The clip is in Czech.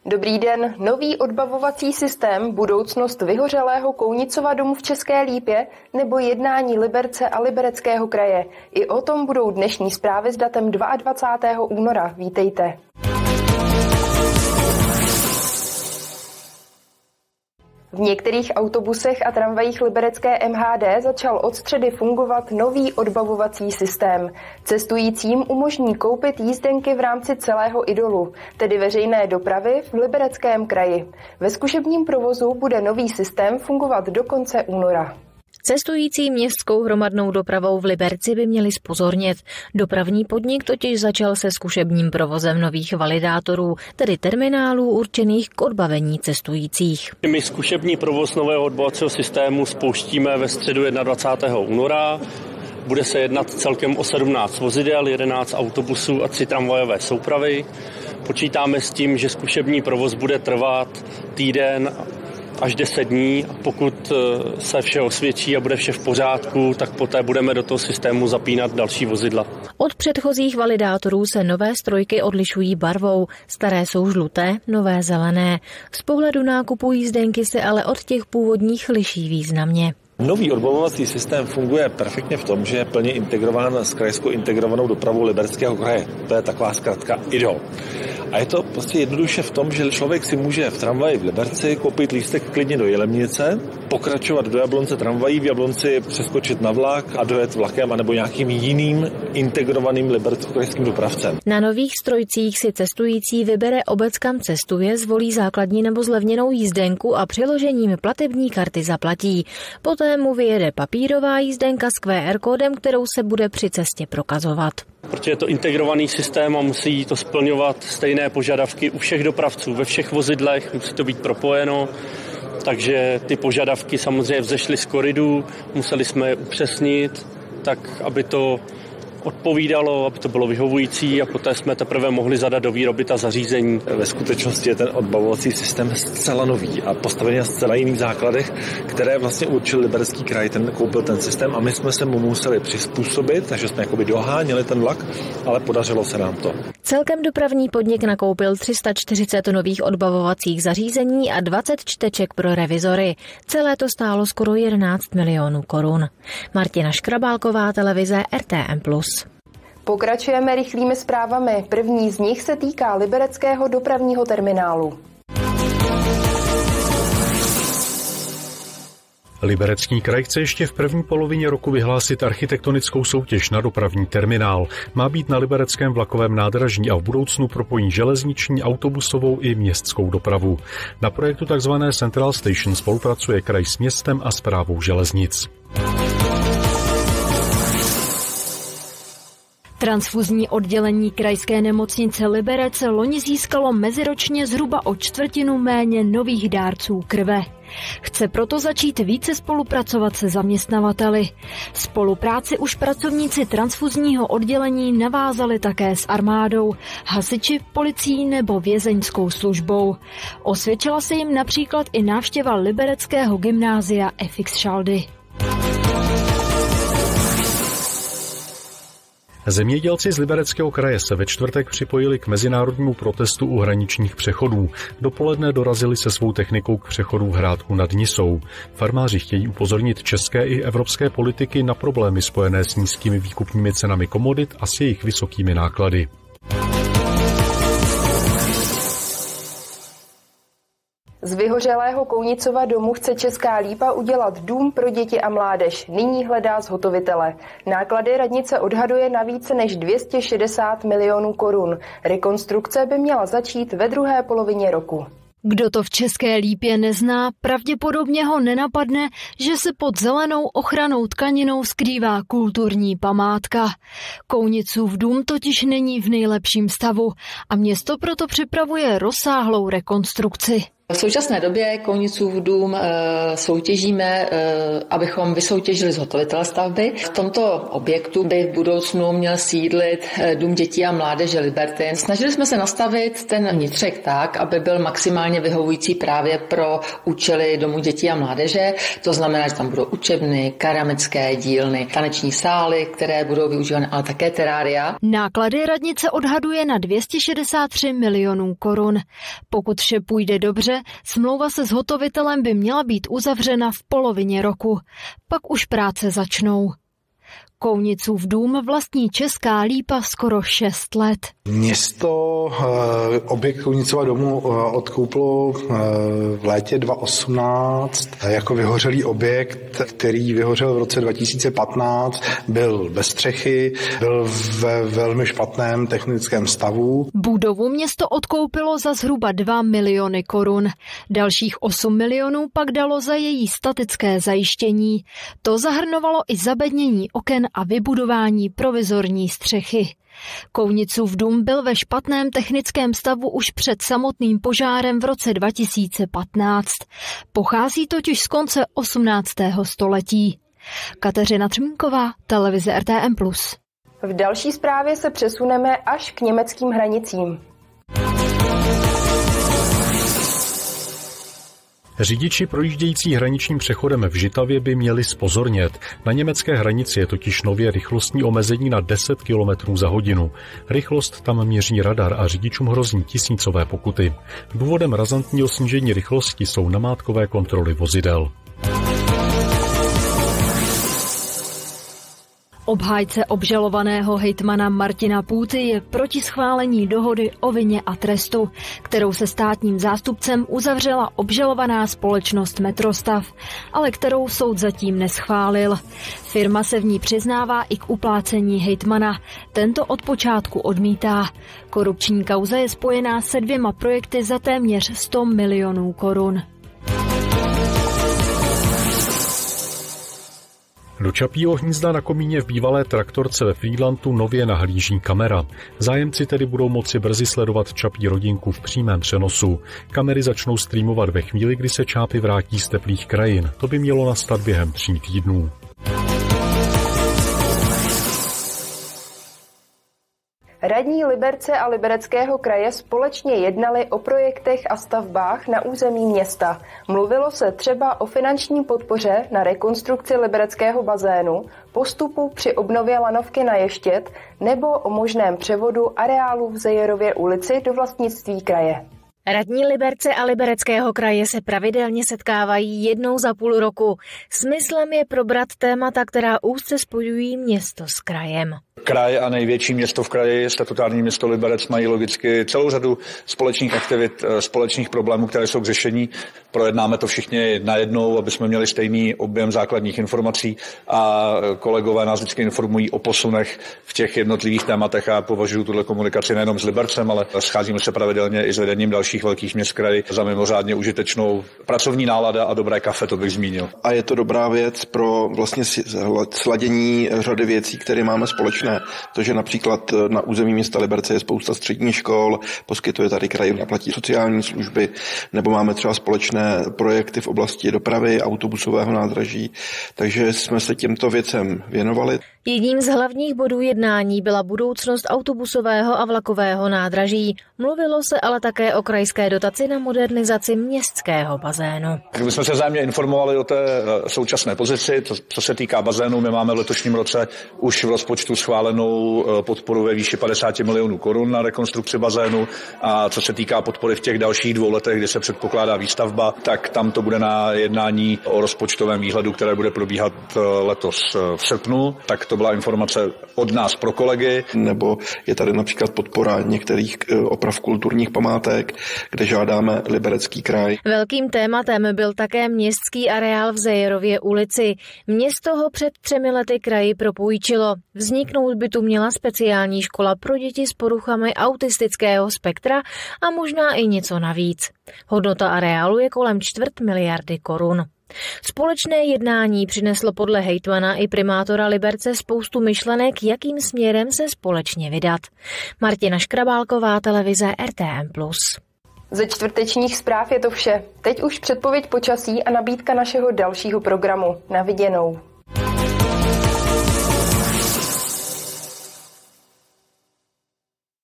Dobrý den, nový odbavovací systém, budoucnost vyhořelého Kounicova domu v České Lípě nebo jednání Liberce a Libereckého kraje. I o tom budou dnešní zprávy s datem 22. února. Vítejte. V některých autobusech a tramvajích liberecké MHD začal od středy fungovat nový odbavovací systém. Cestujícím umožní koupit jízdenky v rámci celého Idolu, tedy veřejné dopravy v Libereckém kraji. Ve zkušebním provozu bude nový systém fungovat do konce února. Cestující městskou hromadnou dopravou v Liberci by měli zpozornět. Dopravní podnik totiž začal se zkušebním provozem nových validátorů, tedy terminálů určených k odbavení cestujících. My zkušební provoz nového odbavovacího systému spouštíme ve středu 21. února. Bude se jednat celkem o 17 vozidel, 11 autobusů a 3 tramvajové soupravy. Počítáme s tím, že zkušební provoz bude trvat týden až 10 dní. Pokud se vše osvědčí a bude vše v pořádku, tak poté budeme do toho systému zapínat další vozidla. Od předchozích validátorů se nové strojky odlišují barvou. Staré jsou žluté, nové zelené. Z pohledu nákupu jízdenky se ale od těch původních liší významně. Nový odbavovací systém funguje perfektně v tom, že je plně integrován s krajskou integrovanou dopravou Libereckého kraje. To je taková zkratka IDOL. A je to prostě jednoduše v tom, že člověk si může v tramvaji v Liberci koupit lístek klidně do Jilemnice, pokračovat do Jablonce tramvají, v Jablonci přeskočit na vlak a dojet vlakem anebo nějakým jiným integrovaným libereckým dopravcem. Na nových strojcích si cestující vybere obec, kam cestuje, zvolí základní nebo zlevněnou jízdenku a přiložením platební karty zaplatí. Poté mu vyjede papírová jízdenka s QR kódem, kterou se bude při cestě prokazovat. Protože je to integrovaný systém a musí to splňovat stejné požadavky u všech dopravců, ve všech vozidlech, musí to být propojeno, takže ty požadavky samozřejmě vzešly z koridu, museli jsme je upřesnit, tak aby to odpovídalo, aby to bylo vyhovující a poté jsme teprve mohli zadat do výroby ta zařízení. Ve skutečnosti je ten odbavovací systém zcela nový a postavený na zcela jiných základech, které vlastně určil Liberecký kraj, ten koupil ten systém a my jsme se mu museli přizpůsobit, takže jsme jakoby doháněli ten vlak, ale podařilo se nám to. Celkem dopravní podnik nakoupil 340 nových odbavovacích zařízení a 20 čteček pro revizory. Celé to stálo skoro 11 milionů korun. Martina Škrabálková, televize RTM+. Pokračujeme rychlými zprávami. První z nich se týká libereckého dopravního terminálu. Liberecký kraj chce ještě v první polovině roku vyhlásit architektonickou soutěž na dopravní terminál. Má být na libereckém vlakovém nádraží a v budoucnu propojí železniční, autobusovou i městskou dopravu. Na projektu tzv. Central Station spolupracuje kraj s městem a správou železnic. Transfuzní oddělení krajské nemocnice Liberec loni získalo meziročně zhruba o čtvrtinu méně nových dárců krve. Chce proto začít více spolupracovat se zaměstnavateli. Spolupráci už pracovníci transfuzního oddělení navázali také s armádou, hasiči, policií nebo vězeňskou službou. Osvědčila se jim například i návštěva libereckého gymnázia FX Šaldy. Zemědělci z Libereckého kraje se ve čtvrtek připojili k mezinárodnímu protestu u hraničních přechodů. Dopoledne dorazili se svou technikou k přechodu v Hrádku nad Nisou. Farmáři chtějí upozornit české i evropské politiky na problémy spojené s nízkými výkupními cenami komodit a s jejich vysokými náklady. Z vyhořelého Kounicova domu chce Česká Lípa udělat dům pro děti a mládež. Nyní hledá zhotovitele. Náklady radnice odhaduje na více než 260 milionů korun. Rekonstrukce by měla začít ve druhé polovině roku. Kdo to v České Lípě nezná, pravděpodobně ho nenapadne, že se pod zelenou ochrannou tkaninou skrývá kulturní památka. Kounicův dům totiž není v nejlepším stavu a město proto připravuje rozsáhlou rekonstrukci. V současné době Kounicův dům soutěžíme, abychom vysoutěžili zhotovitele stavby. V tomto objektu by v budoucnu měl sídlit Dům dětí a mládeže Liberty. Snažili jsme se nastavit ten vnitřek tak, aby byl maximálně vyhovující právě pro účely Domu dětí a mládeže. To znamená, že tam budou učebny, keramické dílny, taneční sály, které budou využívány, ale také terária. Náklady radnice odhaduje na 263 milionů korun. Pokud vše půjde dobře, smlouva se zhotovitelem by měla být uzavřena v polovině roku. Pak už práce začnou. Kounicův dům vlastní Česká Lípa skoro 6 let. Město objekt Kounicova domu odkoupilo v létě 2018 jako vyhořelý objekt, který vyhořel v roce 2015, byl bez střechy, byl ve velmi špatném technickém stavu. Budovu město odkoupilo za zhruba 2 miliony korun. Dalších 8 milionů pak dalo za její statické zajištění. To zahrnovalo i zabednění oken a vybudování provizorní střechy. Kounicův dům byl ve špatném technickém stavu už před samotným požárem v roce 2015. Pochází totiž z konce 18. století. Kateřina Třmínková, televize RTM+. V další zprávě se přesuneme až k německým hranicím. Řidiči projíždějící hraničním přechodem v Žitavě by měli zpozornět. Na německé hranici je totiž nově rychlostní omezení na 10 km za hodinu. Rychlost tam měří radar a řidičům hrozí tisícové pokuty. Důvodem razantního snížení rychlosti jsou namátkové kontroly vozidel. Obhájce obžalovaného hejtmana Martina Půty je proti schválení dohody o vině a trestu, kterou se státním zástupcem uzavřela obžalovaná společnost Metrostav, ale kterou soud zatím neschválil. Firma se v ní přiznává i k uplácení hejtmana. Tento od počátku odmítá. Korupční kauza je spojená se 2 projekty za téměř 100 milionů korun. Do Čapího hnízda na komíně v bývalé traktorce ve Frýdlantu nově nahlíží kamera. Zájemci tedy budou moci brzy sledovat Čapí rodinku v přímém přenosu. Kamery začnou streamovat ve chvíli, kdy se čápy vrátí z teplých krajin. To by mělo nastat během 3 týdnů. Radní Liberce a Libereckého kraje společně jednali o projektech a stavbách na území města. Mluvilo se třeba o finanční podpoře na rekonstrukci libereckého bazénu, postupu při obnově lanovky na Ještěd nebo o možném převodu areálu v Zejerově ulici do vlastnictví kraje. Radní Liberce a Libereckého kraje se pravidelně setkávají jednou za půl roku. Smyslem je probrat témata, která úzce spojují město s krajem. Kraj a největší město v kraji, statutární město Liberec, mají logicky celou řadu společných aktivit, společných problémů, které jsou k řešení. Projednáme to všichni najednou, aby jsme měli stejný objem základních informací a kolegové nás vždycky informují o posunech v těch jednotlivých tématech a považuji tuhle komunikaci nejenom s Libercem, ale scházíme se pravidelně i s vedením dalších velkých měst kraji za mimořádně užitečnou. Pracovní nálada a dobré kafe, to bych zmínil. A je to dobrá věc pro vlastně sladění řady věcí, které máme společné. To, že například na území města Liberce je spousta středních škol, poskytuje tady kraj, platí sociální služby, nebo máme třeba společné projekty v oblasti dopravy, autobusového nádraží, takže jsme se těmto věcem věnovali. Jedním z hlavních bodů jednání byla budoucnost autobusového a vlakového nádraží. Mluvilo se ale také o krajské dotaci na modernizaci městského bazénu. My jsme se vzájemně informovali o té současné pozici. Co se týká bazénu, my máme v letošním roce už v rozpočtu schválenou podporu ve výši 50 milionů korun na rekonstrukci bazénu. A co se týká podpory v těch dalších 2 letech, kdy se předpokládá výstavba, tak tam to bude na jednání o rozpočtovém výhledu, které bude probíhat letos v srpnu. Tak to byla informace od nás pro kolegy. Nebo je tady například podpora některých oprav kulturních památek, kde žádáme Liberecký kraj. Velkým tématem byl také městský areál v Zejerově ulici. Město ho před 3 lety kraji propůjčilo. Vzniknout by tu měla speciální škola pro děti s poruchami autistického spektra a možná i něco navíc. Hodnota areálu je kolem 250 miliardy korun. Společné jednání přineslo podle hejtmana i primátora Liberce spoustu myšlenek, jakým směrem se společně vydat. Martina Škrabálková, televize RTM+. Ze čtvrtečních zpráv je to vše. Teď už předpověď počasí a nabídka našeho dalšího programu. Na viděnou.